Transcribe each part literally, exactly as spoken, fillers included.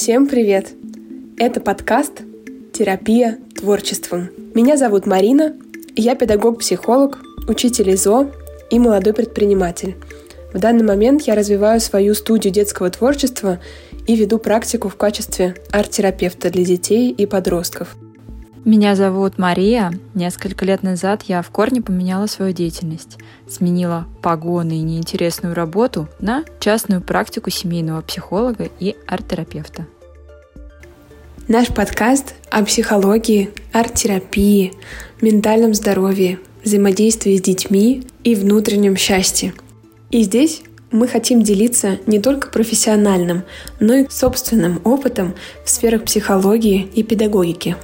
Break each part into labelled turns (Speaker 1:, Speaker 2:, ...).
Speaker 1: Всем привет! Это подкаст «Терапия творчеством». Меня зовут Марина, я педагог-психолог, учитель ИЗО и молодой предприниматель. В данный момент я развиваю свою студию детского творчества и веду практику в качестве арт-терапевта для детей и подростков.
Speaker 2: Меня зовут Мария. Несколько лет назад я в корне поменяла свою деятельность. Сменила погоны и неинтересную работу на частную практику семейного психолога и арт-терапевта.
Speaker 1: Наш подкаст о психологии, арт-терапии, ментальном здоровье, взаимодействии с детьми и внутреннем счастье. И здесь мы хотим делиться не только профессиональным, но и собственным опытом в сферах психологии и педагогики.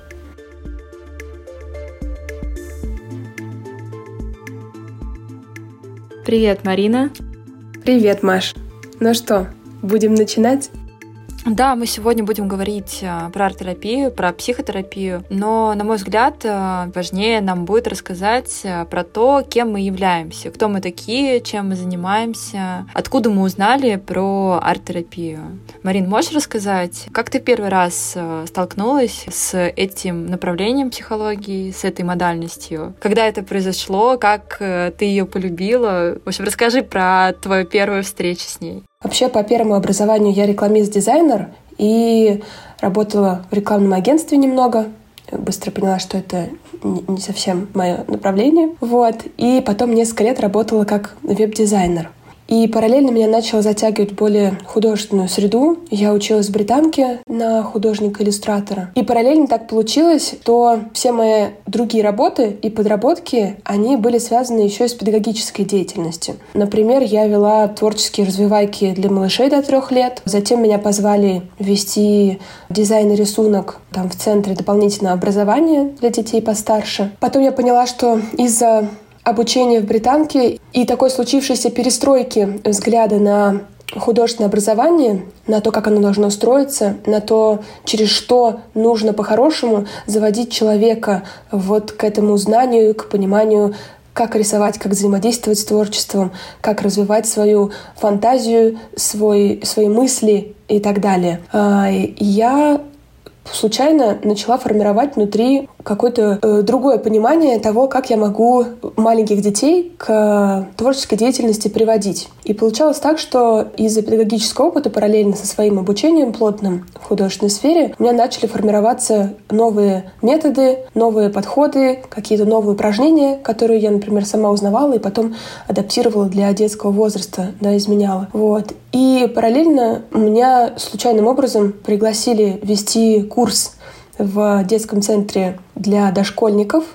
Speaker 2: Привет, Марина.
Speaker 1: Привет, Маш. Ну что, будем начинать?
Speaker 2: Да, мы сегодня будем говорить про арт-терапию, про психотерапию, но, на мой взгляд, важнее нам будет рассказать про то, кем мы являемся, кто мы такие, чем мы занимаемся, откуда мы узнали про арт-терапию. Марин, можешь рассказать, как ты первый раз столкнулась с этим направлением психологии, с этой модальностью? Когда это произошло, как ты ее полюбила? В общем, расскажи про твою первую встречу с ней.
Speaker 1: Вообще, по первому образованию я рекламист-дизайнер и работала в рекламном агентстве немного. Быстро поняла, что это не совсем мое направление. Вот. И потом несколько лет работала как веб-дизайнер. И параллельно меня начало затягивать в более художественную среду. Я училась в британке на художника-иллюстратора. И параллельно так получилось, что все мои другие работы и подработки, они были связаны еще и с педагогической деятельностью. Например, я вела творческие развивайки для малышей до трех лет. Затем меня позвали вести дизайн и рисунок там, в Центре дополнительного образования для детей постарше. Потом я поняла, что из-за обучение в британке и такой случившейся перестройки взгляда на художественное образование, на то, как оно должно строиться, на то, через что нужно по-хорошему заводить человека вот к этому знанию, к пониманию, как рисовать, как взаимодействовать с творчеством, как развивать свою фантазию, свой, свои мысли и так далее. Я случайно начала формировать внутри какое-то э, другое понимание того, как я могу маленьких детей к творческой деятельности приводить. И получалось так, что из-за педагогического опыта параллельно со своим обучением плотным в художественной сфере у меня начали формироваться новые методы, новые подходы, какие-то новые упражнения, которые я, например, сама узнавала и потом адаптировала для детского возраста, да, изменяла. Вот. И параллельно меня случайным образом пригласили вести курс в детском центре для дошкольников,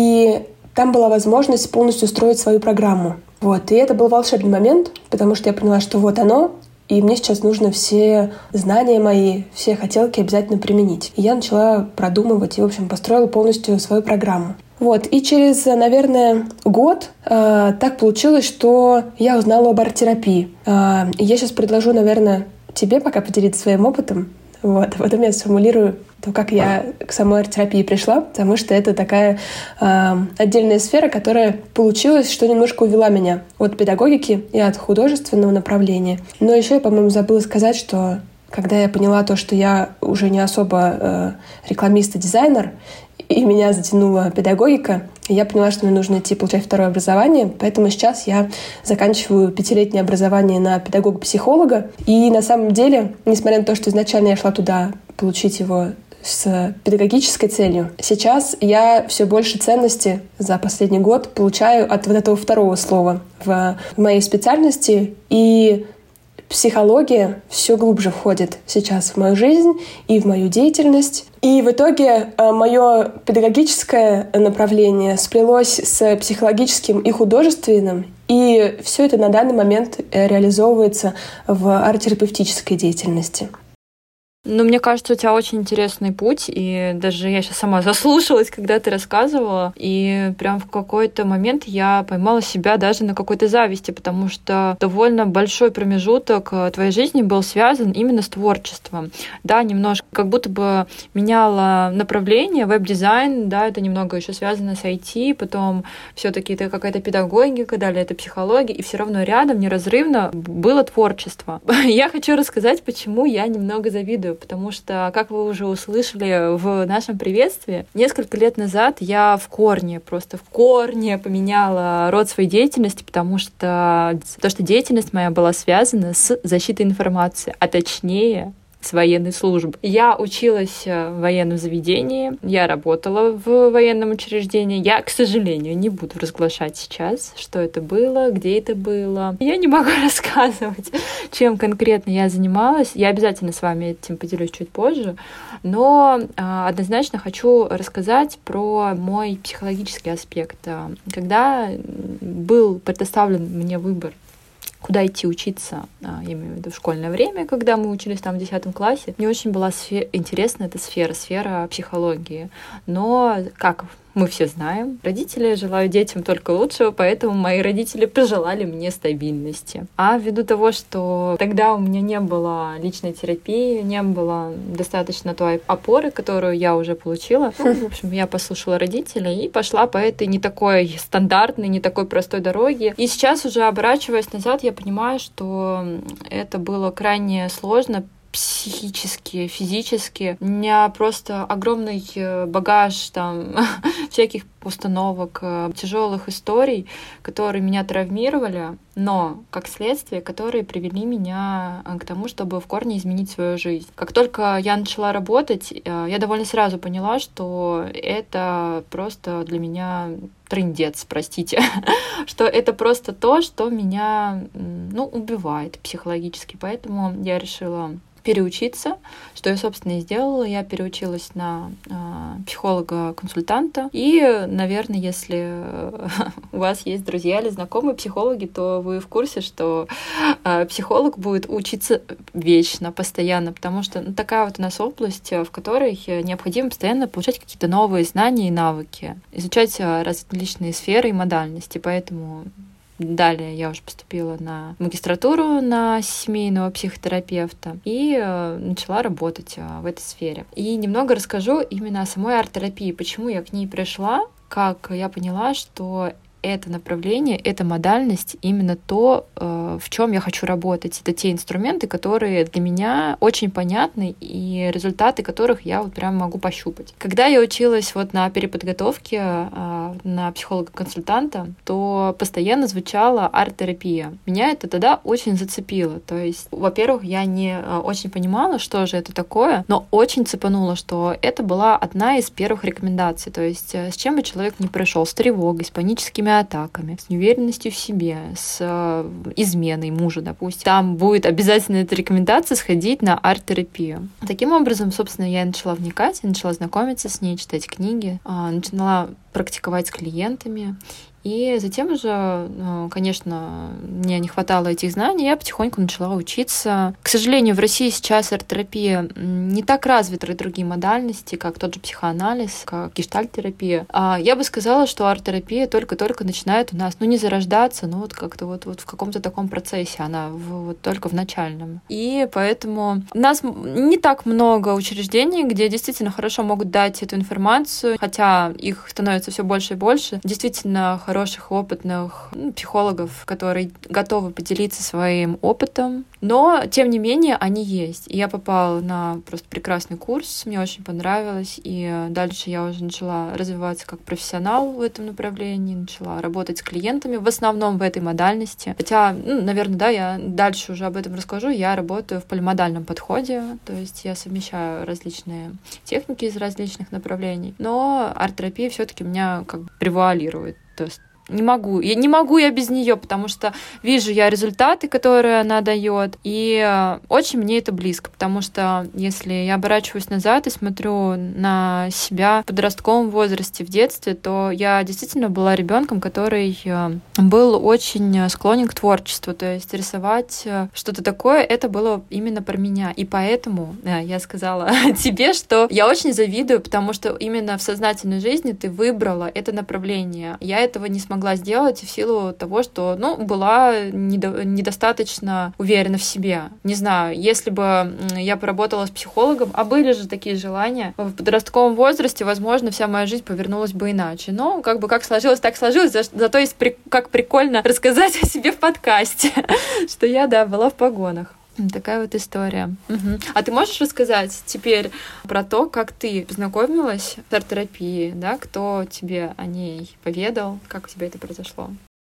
Speaker 1: и там была возможность полностью строить свою программу. Вот. И это был волшебный момент, потому что я поняла, что вот оно, и мне сейчас нужно все знания мои, все хотелки обязательно применить. И я начала продумывать и, в общем, построила полностью свою программу. Вот. И через, наверное, год э, так получилось, что я узнала об арт-терапии. Э, и я сейчас предложу, наверное, тебе пока поделиться своим опытом. Вот. А потом я сформулирую то, как я к самой арт-терапии пришла, потому что это такая э, отдельная сфера, которая получилась, что немножко увела меня от педагогики и от художественного направления. Но еще я, по-моему, забыла сказать, что когда я поняла то, что я уже не особо э, рекламист и дизайнер, и меня затянула педагогика, и я поняла, что мне нужно идти получать второе образование, поэтому сейчас я заканчиваю пятилетнее образование на педагога-психолога. И на самом деле, несмотря на то, что изначально я шла туда получить его с педагогической целью, сейчас я все больше ценности за последний год получаю от вот этого второго слова в моей специальности, и психология все глубже входит сейчас в мою жизнь и в мою деятельность. И в итоге мое педагогическое направление сплелось с психологическим и художественным, и все это на данный момент реализовывается в арт-терапевтической деятельности.
Speaker 2: Ну, мне кажется, у тебя очень интересный путь, и даже я сейчас сама заслушалась, когда ты рассказывала, и прям в какой-то момент я поймала себя даже на какой-то зависти, потому что довольно большой промежуток твоей жизни был связан именно с творчеством. Да, немножко как будто бы меняла направление, веб-дизайн, да, это немного еще связано с ай ти, потом все-таки это какая-то педагогика, далее это психология, и все равно рядом неразрывно было творчество. Я хочу рассказать, почему я немного завидую работаю, потому что, как вы уже услышали в нашем приветствии, несколько лет назад я в корне, просто в корне поменяла род своей деятельности, потому что то, что деятельность моя была связана с защитой информации, а точнее с военной службы. Я училась в военном заведении, я работала в военном учреждении. Я, к сожалению, не буду разглашать сейчас, что это было, где это было. Я не могу рассказывать, чем конкретно я занималась. Я обязательно с вами этим поделюсь чуть позже. Но а, однозначно хочу рассказать про мой психологический аспект. Когда был предоставлен мне выбор, куда идти учиться, я имею в виду в школьное время, когда мы учились там в десятом классе, мне очень была сфе- интересна эта сфера, сфера психологии. Но, как мы все знаем, родители желают детям только лучшего, поэтому мои родители пожелали мне стабильности. А ввиду того, что тогда у меня не было личной терапии, не было достаточно той опоры, которую я уже получила, ну, в общем, я послушала родителей и пошла по этой не такой стандартной, не такой простой дороге. И сейчас, уже оборачиваясь назад, я понимаю, что это было крайне сложно, психически, физически. У меня просто огромный багаж там всяких установок, тяжелых историй, которые меня травмировали, но, как следствие, которые привели меня к тому, чтобы в корне изменить свою жизнь. Как только я начала работать, я довольно сразу поняла, что это просто для меня трындец, простите, что это просто то, что меня, ну, убивает психологически. Поэтому я решила переучиться, что я, собственно, и сделала. Я переучилась на э, психолога-консультанта. И, наверное, если у вас есть друзья или знакомые психологи, то вы в курсе, что э, психолог будет учиться вечно, постоянно, потому что ну, такая вот у нас область, в которой необходимо постоянно получать какие-то новые знания и навыки, изучать различные сферы и модальности. Поэтому далее я уже поступила на магистратуру на семейного психотерапевта и э, начала работать э, в этой сфере. И немного расскажу именно о самой арт-терапии, почему я к ней пришла, как я поняла, что это направление, эта модальность именно то, в чем я хочу работать. Это те инструменты, которые для меня очень понятны и результаты которых я вот прям могу пощупать. Когда я училась вот на переподготовке на психолога-консультанта, то постоянно звучала арт-терапия. Меня это тогда очень зацепило. То есть, во-первых, я не очень понимала, что же это такое, но очень цепануло, что это была одна из первых рекомендаций. То есть, с чем бы человек ни пришел, с тревогой, с паническими атаками, с неуверенностью в себе, с э, изменой мужа, допустим. Там будет обязательно эта рекомендация сходить на арт-терапию. Таким образом, собственно, я начала вникать, я начала знакомиться с ней, читать книги, э, начала практиковать с клиентами. И затем уже, конечно, мне не хватало этих знаний, я потихоньку начала учиться. К сожалению, в России сейчас арт-терапия не так развита, и другие модальности, как тот же психоанализ, как гештальт-терапия. А я бы сказала, что арт-терапия только-только начинает у нас, ну, не зарождаться, но вот как-то вот, вот в каком-то таком процессе, она в, вот только в начальном. И поэтому у нас не так много учреждений, где действительно хорошо могут дать эту информацию, хотя их становится все больше и больше. Действительно, хороших, опытных ну, психологов, которые готовы поделиться своим опытом. Но, тем не менее, они есть. И я попала на просто прекрасный курс, мне очень понравилось. И дальше я уже начала развиваться как профессионал в этом направлении, начала работать с клиентами, в основном в этой модальности. Хотя, ну, наверное, да, я дальше уже об этом расскажу. Я работаю в полимодальном подходе, то есть я совмещаю различные техники из различных направлений. Но арт-терапия все-таки меня как бы превуалирует. То есть не могу, я не могу я без нее, потому что вижу я результаты, которые она дает, и очень мне это близко, потому что если я оборачиваюсь назад и смотрю на себя в подростковом возрасте, в детстве, то я действительно была ребенком, который был очень склонен к творчеству, то есть рисовать что-то такое, это было именно про меня, и поэтому я сказала тебе, что я очень завидую, потому что именно в сознательной жизни ты выбрала это направление. Я этого не смогла сделать в силу того, что, ну, была недо- недостаточно уверена в себе. Не знаю, если бы я поработала с психологом, а были же такие желания, в подростковом возрасте, возможно, вся моя жизнь повернулась бы иначе. Но как бы как сложилось, так сложилось. За- зато есть при- как прикольно рассказать о себе в подкасте, что я, да, была в погонах. Такая вот история. Угу. А ты можешь рассказать теперь про то, как ты познакомилась с арт-терапией, да? Кто тебе о ней поведал, как у тебя это произошло?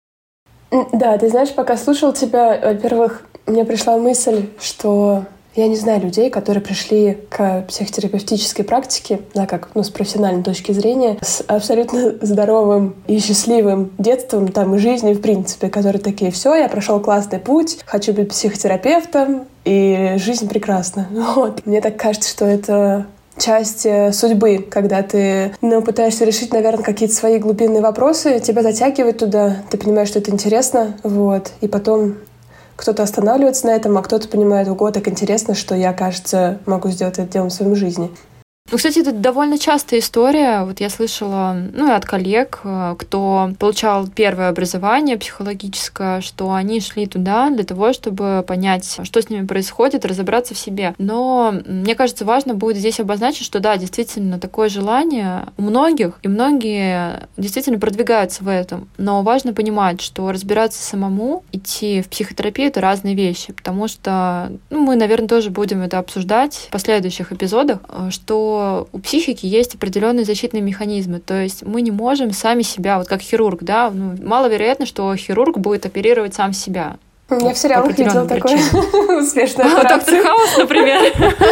Speaker 1: Да, ты знаешь, пока слушал тебя, во-первых, мне пришла мысль, что я не знаю людей, которые пришли к психотерапевтической практике, да, как, ну, с профессиональной точки зрения, с абсолютно здоровым и счастливым детством, там, и жизнью, в принципе, которые такие: все, я прошел классный путь, хочу быть психотерапевтом, и жизнь прекрасна. Вот. Мне так кажется, что это часть судьбы, когда ты, ну, пытаешься решить, наверное, какие-то свои глубинные вопросы, тебя затягивает туда, ты понимаешь, что это интересно, вот, и потом кто-то останавливается на этом, а кто-то понимает: ого, так интересно, что я, кажется, могу сделать это делом в своей жизни.
Speaker 2: Ну, кстати, это довольно частая история. Вот я слышала, ну, и от коллег, кто получал первое образование психологическое, что они шли туда для того, чтобы понять, что с ними происходит, разобраться в себе. Но мне кажется, важно будет здесь обозначить, что да, действительно, такое желание у многих, и многие действительно продвигаются в этом. Но важно понимать, что разбираться самому, идти в психотерапию — это разные вещи, потому что, ну, мы, наверное, тоже будем это обсуждать в последующих эпизодах, что у психики есть определенные защитные механизмы. То есть мы не можем сами себя, вот как хирург, да, ну, маловероятно, что хирург будет оперировать сам себя.
Speaker 1: Я в сериалах видела такое. Успешная
Speaker 2: операция. Доктор Хаус, например.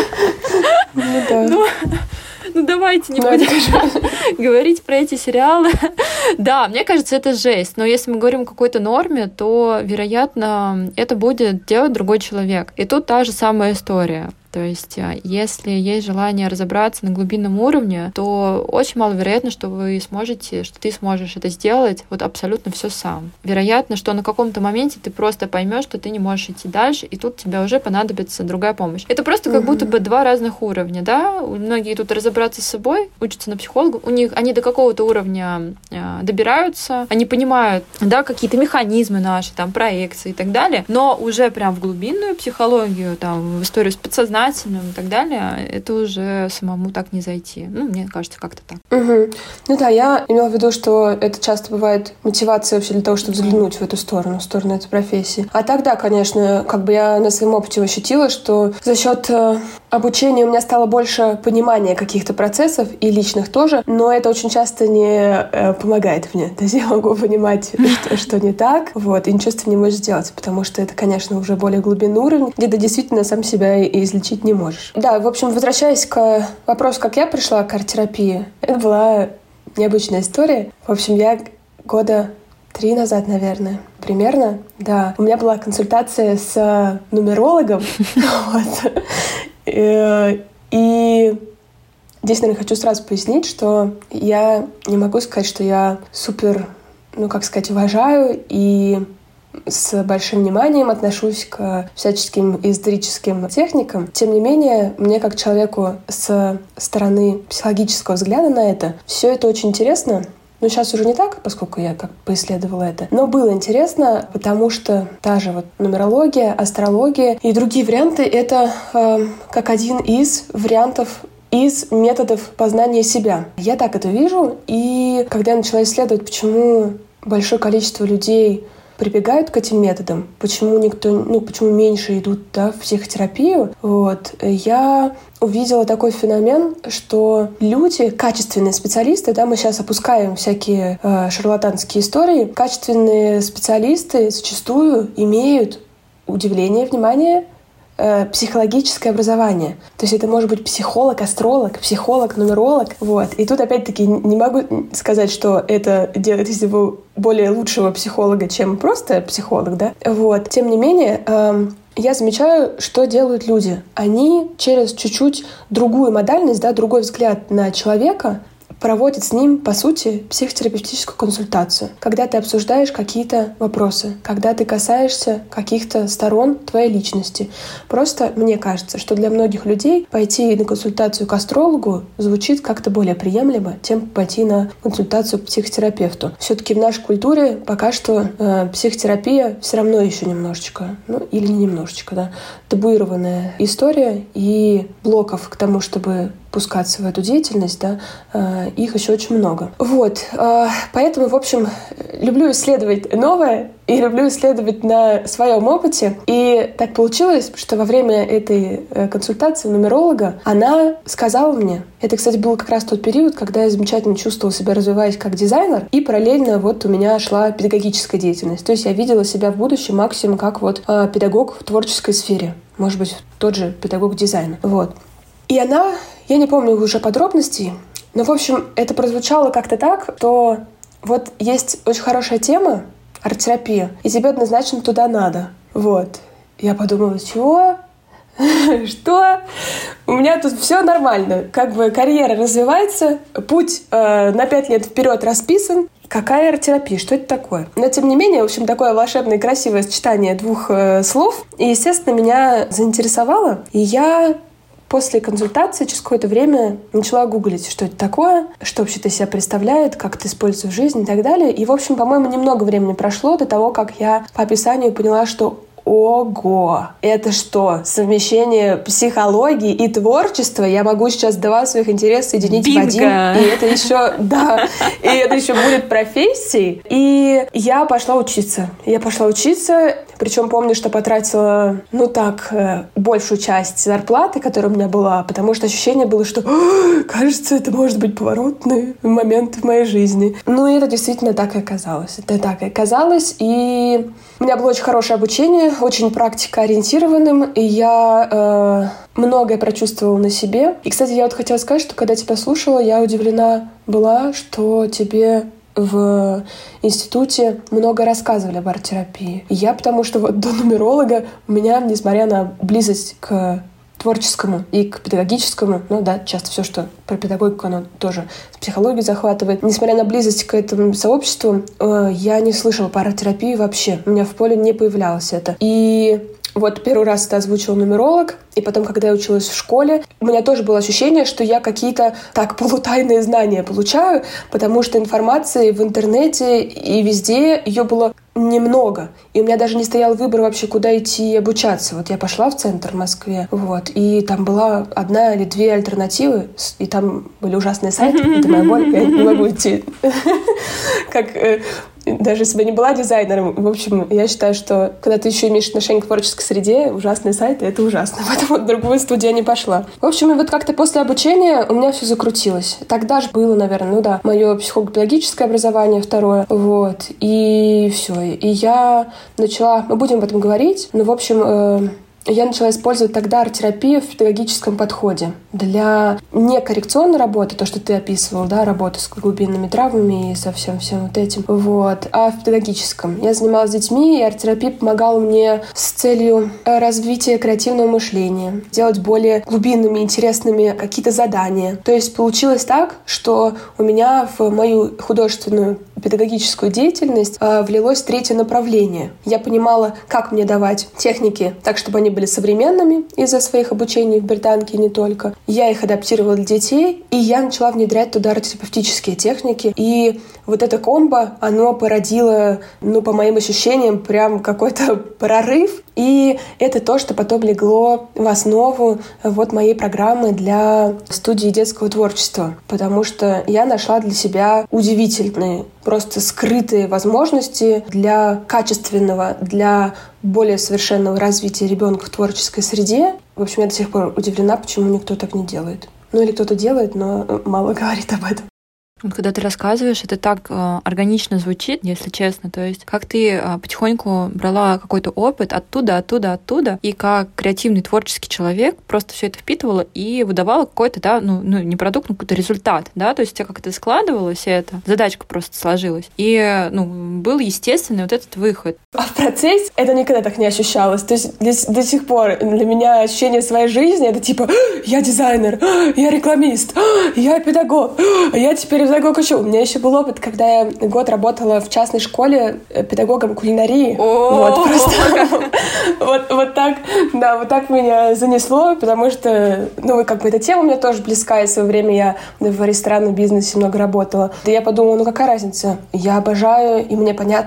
Speaker 1: Ну да.
Speaker 2: Ну, давайте не будем говорить про эти сериалы. Да, мне кажется, это жесть. Но если мы говорим о какой-то норме, то, вероятно, это будет делать другой человек. И тут та же самая история. То есть, если есть желание разобраться на глубинном уровне, то очень маловероятно, что вы сможете, что ты сможешь это сделать вот абсолютно все сам. Вероятно, что на каком-то моменте ты просто поймешь, что ты не можешь идти дальше, и тут тебе уже понадобится другая помощь. Это просто как mm-hmm. будто бы два разных уровня, да? Многие тут разобраться с собой, учатся на психолога, у них они до какого-то уровня э, добираются, они понимают, да, какие-то механизмы наши, там, проекции и так далее, но уже прям в глубинную психологию, там, в историю с подсознанием и так далее, это уже самому так не зайти. Ну, мне кажется, как-то так.
Speaker 1: Угу. Ну да, я имела в виду, что это часто бывает мотивация вообще для того, чтобы взглянуть в эту сторону, в сторону этой профессии. А тогда, конечно, как бы я на своем опыте ощутила, что за счет э, обучения у меня стало больше понимания каких-то процессов, и личных тоже, но это очень часто не э, помогает мне. То есть я могу понимать, что, что не так, вот, и ничего с этим не можешь сделать, потому что это, конечно, уже более глубинный уровень, где ты действительно сам себя и излечить не можешь. Да, в общем, возвращаясь к вопросу, как я пришла к арт-терапии, это была необычная история. В общем, я года три назад, наверное, примерно, да, у меня была консультация с нумерологом. И здесь, наверное, хочу сразу пояснить, что я не могу сказать, что я супер, ну, как сказать, уважаю и с большим вниманием отношусь к всяческим эзотерическим техникам. Тем не менее, мне как человеку с стороны психологического взгляда на это, все это очень интересно. Но сейчас уже не так, поскольку я как поисследовала это. Но было интересно, потому что та же вот нумерология, астрология и другие варианты — это э, как один из вариантов из методов познания себя. Я так это вижу. И когда я начала исследовать, почему большое количество людей прибегают к этим методам, почему никто, ну, почему меньше идут, да, в психотерапию, вот, я увидела такой феномен, что люди, качественные специалисты, да, мы сейчас опускаем всякие э, шарлатанские истории, качественные специалисты зачастую имеют удивление, внимание, психологическое образование. То есть это может быть психолог, астролог, психолог, нумеролог. Вот. И тут опять-таки не могу сказать, что это делает из него более лучшего психолога, чем просто психолог, да? Вот. Тем не менее, эм, я замечаю, что делают люди. Они через чуть-чуть другую модальность, да, другой взгляд на человека проводит с ним, по сути, психотерапевтическую консультацию, когда ты обсуждаешь какие-то вопросы, когда ты касаешься каких-то сторон твоей личности. Просто мне кажется, что для многих людей пойти на консультацию к астрологу звучит как-то более приемлемо, чем пойти на консультацию к психотерапевту. Все-таки в нашей культуре пока что э, психотерапия все равно еще немножечко, ну или не немножечко, да, табуированная история, и блоков к тому, чтобы пускаться в эту деятельность, да, их еще очень много. Вот, поэтому, в общем, люблю исследовать новое и люблю исследовать на своем опыте. И так получилось, что во время этой консультации у нумеролога она сказала мне, это, кстати, был как раз тот период, когда я замечательно чувствовала себя, развиваясь как дизайнер, и параллельно вот у меня шла педагогическая деятельность. То есть я видела себя в будущем максимум как вот педагог в творческой сфере. Может быть, тот же педагог дизайна. Вот. И она, я не помню уже подробностей, но, в общем, это прозвучало как-то так, что вот есть очень хорошая тема, арт-терапия, и тебе однозначно туда надо. Вот. Я подумала, чего? Что? У меня тут все нормально. Как бы карьера развивается, путь э, на пять лет вперед расписан. Какая арт-терапия? Что это такое? Но, тем не менее, в общем, такое волшебное и красивое сочетание двух э, слов. И, естественно, меня заинтересовало. И я после консультации через какое-то время начала гуглить, что это такое, что вообще это себя представляет, как это используется в жизни и так далее. И, в общем, по-моему, немного времени прошло до того, как я по описанию поняла, что ого! Это что, совмещение психологии и творчества? Я могу сейчас два своих интереса соединить Бинго. в один. И это еще, да, и это еще будет профессией. И я пошла учиться. Я пошла учиться, причем помню, что потратила, ну так, большую часть зарплаты, которая у меня была, потому что ощущение было, что кажется, это может быть поворотный момент в моей жизни. Ну и это действительно так и оказалось. Это так и оказалось. И у меня было очень хорошее обучение, очень практикоориентированным, и я э, многое прочувствовала на себе. И, кстати, я вот хотела сказать, что когда тебя слушала, я удивлена была, что тебе в институте много рассказывали об арт-терапии. И я, потому что вот до нумеролога у меня, несмотря на близость к творческому и к педагогическому, ну да, часто все, что про педагогику, оно тоже с психологией захватывает. Несмотря на близость к этому сообществу, э, я не слышала про арт-терапию вообще. У меня в поле не появлялось это. И вот первый раз это озвучил нумеролог, и потом, когда я училась в школе, у меня тоже было ощущение, что я какие-то так полутайные знания получаю, потому что информации в интернете и везде ее было немного. И у меня даже не стоял выбор вообще, куда идти обучаться. Вот я пошла в центр в Москве, вот, и там была одна или две альтернативы, и там были ужасные сайты, это моя боль, я не могу идти. Как даже если бы не была дизайнером, в общем, я считаю, что когда ты еще имеешь отношение к творческой среде, ужасные сайты — это ужасно. Поэтому в другую студию я не пошла. В общем, и вот как-то после обучения у меня все закрутилось. Тогда же было, наверное, ну да, мое психолого-педагогическое образование второе, вот, и все. И я начала, мы будем об этом говорить, но, в общем, э, я начала использовать тогда арт-терапию в педагогическом подходе для не коррекционной работы, то, что ты описывал, да, работы с глубинными травмами и со всем всем вот этим, вот, а в педагогическом. Я занималась с детьми, и арт-терапия помогала мне с целью развития креативного мышления, делать более глубинными, интересными какие-то задания. То есть получилось так, что у меня в мою художественную педагогическую деятельность э, влилось третье направление. Я понимала, как мне давать техники так, чтобы они были современными из-за своих обучений в британке и не только. Я их адаптировала для детей, и я начала внедрять туда арт-терапевтические техники. И вот это комбо, оно породило, ну, по моим ощущениям, прям какой-то прорыв. И это то, что потом легло в основу вот моей программы для студии детского творчества. Потому что я нашла для себя удивительные, просто скрытые возможности для качественного, для более совершенного развития ребенка в творческой среде. В общем, я до сих пор удивлена, почему никто так не делает. Ну или кто-то делает, но мало говорит об этом.
Speaker 2: Когда ты рассказываешь, это так э, органично звучит, если честно. То есть как ты э, потихоньку брала какой-то опыт оттуда, оттуда, оттуда, и как креативный творческий человек просто все это впитывала и выдавала какой-то, да, ну, ну не продукт, но какой-то результат, да, то есть у тебя как-то складывалось это, задачка просто сложилась, и, ну, был естественный вот этот выход.
Speaker 1: А в процессе это никогда так не ощущалось. То есть для, до сих пор для меня ощущение своей жизни — это типа я дизайнер, я рекламист, я педагог, я теперь педагог учу. У меня еще был опыт, когда я год работала в частной школе педагогом кулинарии. Вот, просто вот, вот так, да, вот так меня занесло, потому что, ну, как бы эта тема мне тоже близка, и в свое время я в ресторанном бизнесе много работала. Да я подумала, ну, какая разница? Я обожаю, и мне понятно,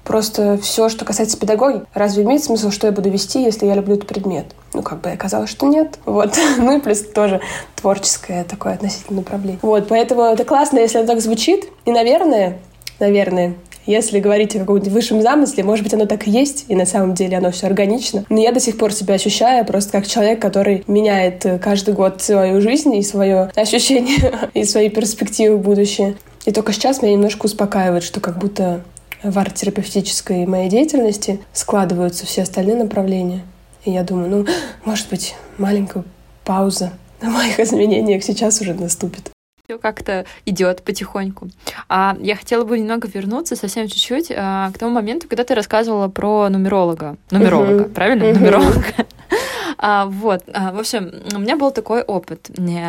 Speaker 1: Просто все, что касается педагогики, разве имеет смысл, что я буду вести, если я люблю этот предмет? Ну, как бы оказалось, что нет. Вот. Ну и плюс тоже творческое такое относительное направление. Вот, поэтому это классно, если оно так звучит. И, наверное, наверное, если говорить о каком-нибудь высшем замысле, может быть, оно так и есть, и на самом деле оно все органично. Но я до сих пор себя ощущаю просто как человек, который меняет каждый год свою жизнь и свое ощущение, и свои перспективы в будущее. И только сейчас меня немножко успокаивает, что как будто в арт-терапевтической моей деятельности складываются все остальные направления. И я думаю, ну, может быть, маленькая пауза на моих изменениях сейчас уже наступит.
Speaker 2: Все как-то идет потихоньку. А я хотела бы немного вернуться, совсем чуть-чуть, а, к тому моменту, когда ты рассказывала про нумеролога. Нумеролога, uh-huh. правильно? Uh-huh. Нумеролога. А, вот, а, в общем, у меня был такой опыт.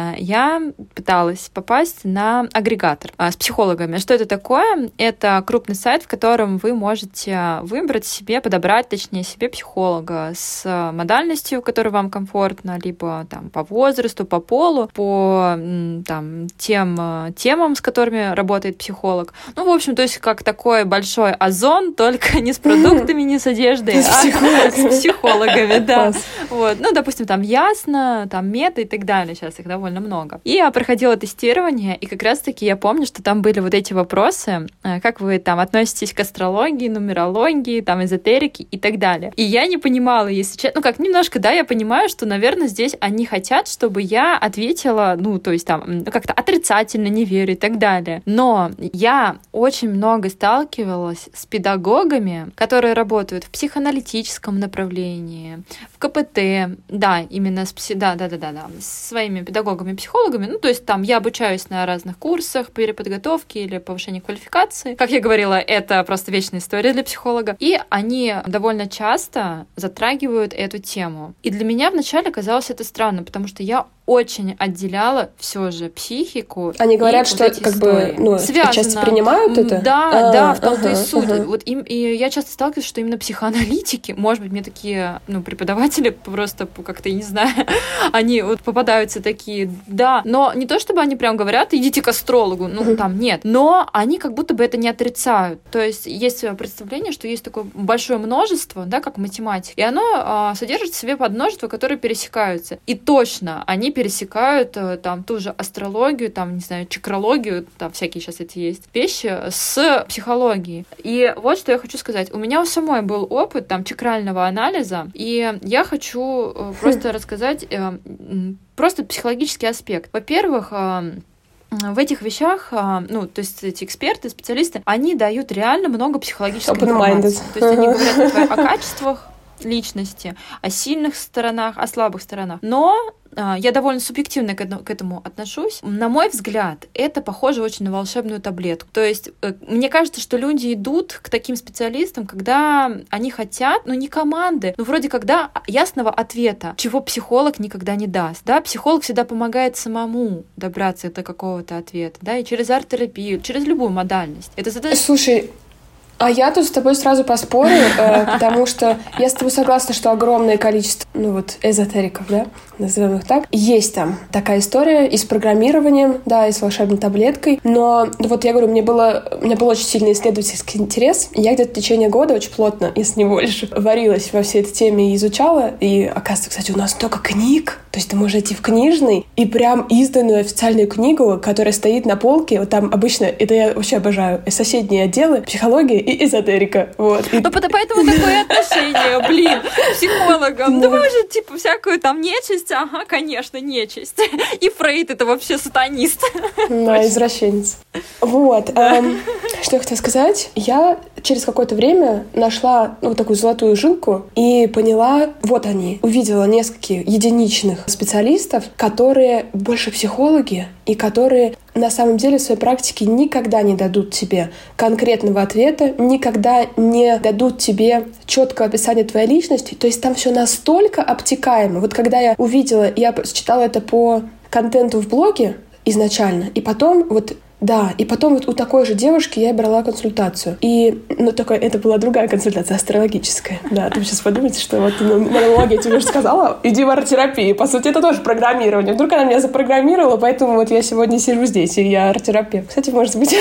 Speaker 2: Я пыталась попасть на агрегатор а, с психологами. Что это такое? Это крупный сайт, в котором вы можете выбрать себе, подобрать, точнее, себе психолога с модальностью, которая вам комфортна, либо там по возрасту, по полу, по там, тем темам, с которыми работает психолог. Ну, в общем, то есть как такой большой Озон, только не с продуктами, не с одеждой, а с психологами, да. Вот. Ну, допустим, там Ясно, там Мета и так далее, сейчас их довольно много. И я проходила тестирование, и как раз-таки я помню, что там были вот эти вопросы, как вы там относитесь к астрологии, нумерологии, там, эзотерике и так далее. И я не понимала, если честно, ну, как немножко, да, я понимаю, что, наверное, здесь они хотят, чтобы я ответила, ну, то есть там, ну, как-то отрицательно, не верю и так далее. Но я очень много сталкивалась с педагогами, которые работают в психоаналитическом направлении, в ка пэ тэ, да, именно с, пси... да, да, да, да, да, с своими педагогами-психологами. Ну, то есть там я обучаюсь на разных курсах переподготовки или повышения квалификации. Как я говорила, это просто вечная история для психолога. И они довольно часто затрагивают эту тему. И для меня вначале казалось это странно, потому что я очень отделяла все же психику.
Speaker 1: Они говорят, что
Speaker 2: вот
Speaker 1: как бы, ну, часто принимают это?
Speaker 2: Да,
Speaker 1: а,
Speaker 2: да, в том-то
Speaker 1: ага,
Speaker 2: и суть.
Speaker 1: Ага.
Speaker 2: Вот им, и я часто сталкиваюсь, что именно психоаналитики, может быть, мне такие, ну, преподаватели просто как-то, я не знаю, они вот попадаются такие, да, но не то, чтобы они прям говорят, идите к астрологу, ну, uh-huh. там нет, но они как будто бы это не отрицают. То есть есть представление, что есть такое большое множество, да, как математика, и оно а, содержит в себе подмножества, которые пересекаются. И точно они пересекают там ту же астрологию, там, не знаю, чакрологию, там всякие сейчас эти есть вещи, с психологией. И вот что я хочу сказать. У меня у самой был опыт там чакрального анализа, и я хочу просто рассказать просто психологический аспект. Во-первых, в этих вещах, ну, то есть эти эксперты, специалисты, они дают реально много психологической информации. То есть они говорят о качествах личности, о сильных сторонах, о слабых сторонах. Но я довольно субъективно к этому отношусь. На мой взгляд, это похоже очень на волшебную таблетку. То есть мне кажется, что люди идут к таким специалистам, когда они хотят, ну не команды, но вроде когда ясного ответа, чего психолог никогда не даст. Да? Психолог всегда помогает самому добраться до какого-то ответа, да, и через арт-терапию, через любую модальность. Это задает...
Speaker 1: Слушай, а я тут с тобой сразу поспорю, э, потому что я с тобой согласна, что огромное количество, ну вот, эзотериков, да, назовем их так, есть там такая история и с программированием, да, и с волшебной таблеткой, но вот я говорю, мне было, у меня был очень сильный исследовательский интерес, и я где-то в течение года очень плотно, если не больше, варилась во всей этой теме и изучала, и, оказывается, кстати, у нас столько книг, то есть ты можешь идти в книжный и прям изданную официальную книгу, которая стоит на полке, вот там обычно, это я вообще обожаю, соседние отделы, психология и эзотерика, вот. И...
Speaker 2: Ну, поэтому такое отношение, блин, к психологам. Ну, вы же, типа, всякую там нечисть, ага, конечно, нечисть. И Фрейд — это вообще сатанист.
Speaker 1: Да, извращенец. Вот. Эм, что я хотела сказать? Я через какое-то время нашла ну, вот такую золотую жилку и поняла, вот они, увидела несколько единичных специалистов, которые больше психологи и которые на самом деле в своей практике никогда не дадут тебе конкретного ответа, никогда не дадут тебе четкого описания твоей личности. То есть там все настолько обтекаемо. Вот когда я увидела, я читала это по контенту в блоге изначально, и потом вот Да, и потом вот у такой же девушки я брала консультацию. И, ну, такая, это была другая консультация, астрологическая. Да, ты сейчас подумайте, что вот ну, монология тебе уже сказала, иди в арт-терапию. По сути, это тоже программирование. Вдруг она меня запрограммировала, поэтому вот я сегодня сижу здесь, и я арт-терапевт. Кстати, может быть.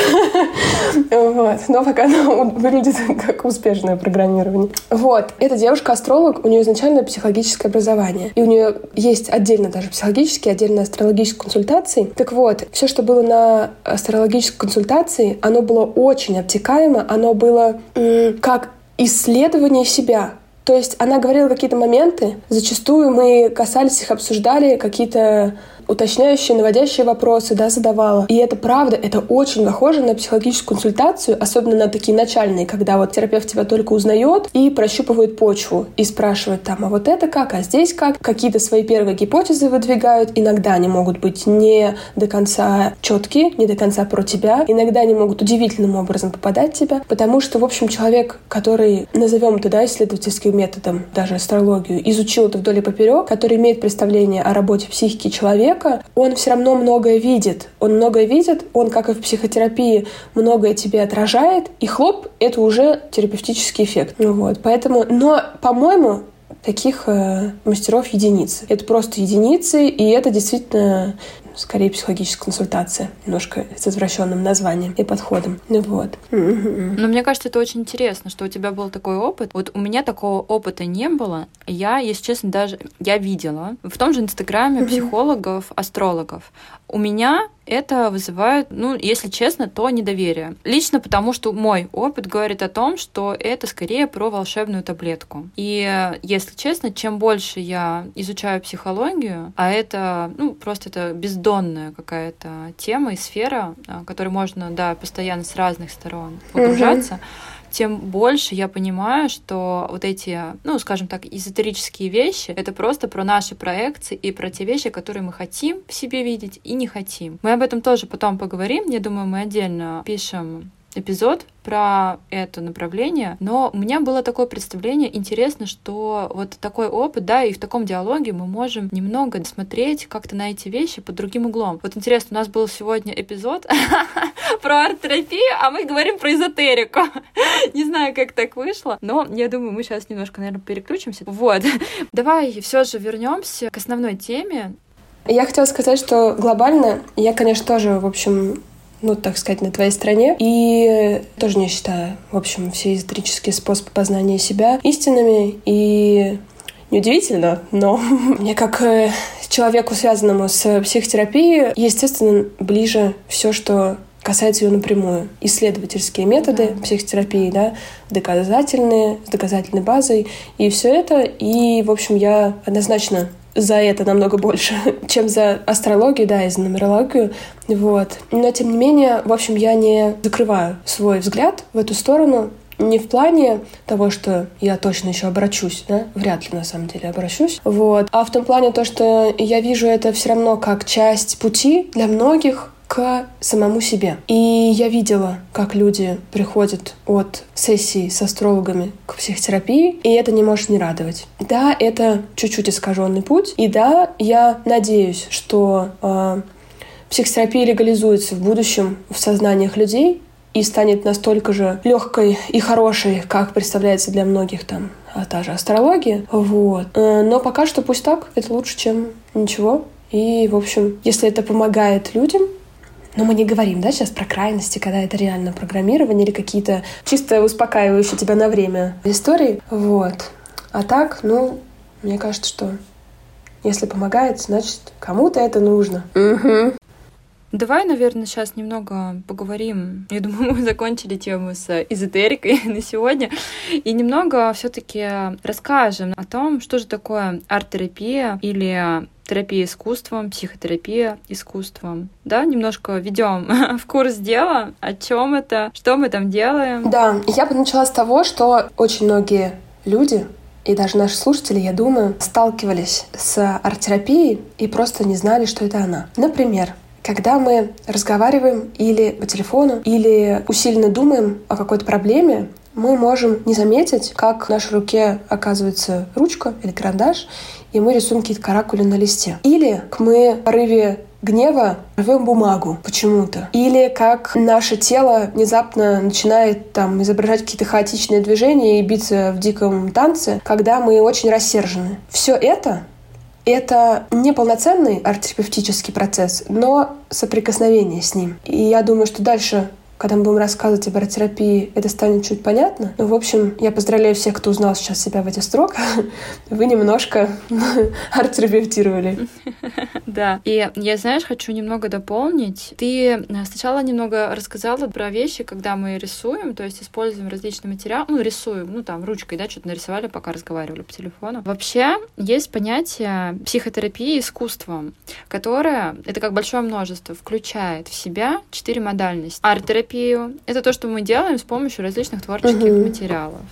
Speaker 1: Но пока она выглядит как успешное программирование. Вот. Эта девушка-астролог, у нее изначально психологическое образование. И у нее есть отдельно даже психологические, отдельно астрологические консультации. Так вот, все, что было на астрологической консультации, оно было очень обтекаемо, оно было м- как исследование себя. То есть она говорила какие-то моменты, зачастую мы касались их, обсуждали, какие-то уточняющие, наводящие вопросы, да, задавала. И это правда, это очень похоже на психологическую консультацию, особенно на такие начальные, когда вот терапевт тебя только узнает и прощупывает почву и спрашивает там, а вот это как, а здесь как? Какие-то свои первые гипотезы выдвигают. Иногда они могут быть не до конца четкие, не до конца про тебя. Иногда они могут удивительным образом попадать в тебя, потому что, в общем, человек, который, назовем это, да, исследовательским методом, даже астрологию, изучил это вдоль и поперек, который имеет представление о работе психики человека, он все равно многое видит. Он многое видит, он, как и в психотерапии, многое тебе отражает, и хлоп, это уже терапевтический эффект. Вот, поэтому, но, по-моему, таких э, мастеров единицы. Это просто единицы, и это действительно скорее психологическая консультация, немножко с извращенным названием и подходом. Вот.
Speaker 2: Но мне кажется, это очень интересно, что у тебя был такой опыт. Вот у меня такого опыта не было. Я, если честно, даже я видела в том же Инстаграме психологов, астрологов. У меня это вызывает, ну, если честно, то недоверие. Лично потому, что мой опыт говорит о том, что это скорее про волшебную таблетку. И, если честно, чем больше я изучаю психологию, а это, ну, просто это бездонная какая-то тема и сфера, в которой можно, да, постоянно с разных сторон погружаться, тем больше я понимаю, что вот эти, ну, скажем так, эзотерические вещи — это просто про наши проекции и про те вещи, которые мы хотим в себе видеть и не хотим. Мы об этом тоже потом поговорим. Я думаю, мы отдельно пишем эпизод про это направление, но у меня было такое представление, интересно, что вот такой опыт, да, и в таком диалоге мы можем немного смотреть как-то на эти вещи под другим углом. Вот интересно, у нас был сегодня эпизод про арт-терапию, а мы говорим про эзотерику. Не знаю, как так вышло, но я думаю, мы сейчас немножко, наверное, переключимся. Вот. Давай все же вернемся к основной теме.
Speaker 1: Я хотела сказать, что глобально я, конечно, тоже, в общем, ну, так сказать, на твоей стороне. И тоже не считаю, в общем, все эзотерические способы познания себя истинными. И неудивительно, но мне как человеку, связанному с психотерапией, естественно, ближе все, что касается ее напрямую. Исследовательские методы mm-hmm. психотерапии, да, доказательные, с доказательной базой. И все это. И, в общем, я однозначно за это намного больше, чем за астрологию, да, и за нумерологию. Вот. Но, тем не менее, в общем, я не закрываю свой взгляд в эту сторону. Не в плане того, что я точно еще обращусь, да, вряд ли на самом деле обращусь, вот, а в том плане то, что я вижу это все равно как часть пути для многих к самому себе. И я видела, как люди приходят от сессий с астрологами к психотерапии, и это не может не радовать. Да, это чуть-чуть искаженный путь, и да, я надеюсь, что э, психотерапия легализуется в будущем в сознаниях людей и станет настолько же легкой и хорошей, как представляется для многих там а та же астрология. Вот. Но пока что пусть так, это лучше, чем ничего. И, в общем, если это помогает людям, но мы не говорим, да, сейчас про крайности, когда это реально программирование или какие-то чисто успокаивающие тебя на время истории. Вот. А так, ну, мне кажется, что если помогает, значит, кому-то это нужно. Угу.
Speaker 2: Давай, наверное, сейчас немного поговорим. Я думаю, мы закончили тему с эзотерикой на сегодня. И немного все-таки расскажем о том, что же такое арт-терапия или терапия искусством, психотерапия искусством. Да, немножко введем в курс дела, о чем это, что мы там делаем.
Speaker 1: Да, я бы начала с того, что очень многие люди, и даже наши слушатели, я думаю, сталкивались с арт-терапией и просто не знали, что это она. Например, когда мы разговариваем или по телефону, или усиленно думаем о какой-то проблеме, мы можем не заметить, как в нашей руке оказывается ручка или карандаш, и мы рисуем какие-то каракули на листе. Или мы в порыве гнева рвем бумагу почему-то. Или как наше тело внезапно начинает там изображать какие-то хаотичные движения и биться в диком танце, когда мы очень рассержены. Все это Это не полноценный арт-терапевтический процесс, но соприкосновение с ним. И я думаю, что дальше, когда мы будем рассказывать об арт-терапии, это станет чуть понятно. Ну, в общем, я поздравляю всех, кто узнал сейчас себя в этих строках. Вы немножко арт-терапевтировали.
Speaker 2: Да. И я, знаешь, хочу немного дополнить. Ты сначала немного рассказала про вещи, когда мы рисуем, то есть используем различные материалы. Ну, рисуем, ну, там, ручкой, да, что-то нарисовали, пока разговаривали по телефону. Вообще, есть понятие психотерапии искусством, которое, это как большое множество, включает в себя четыре модальности. Арт-терапия — это то, что мы делаем с помощью различных творческих uh-huh. материалов.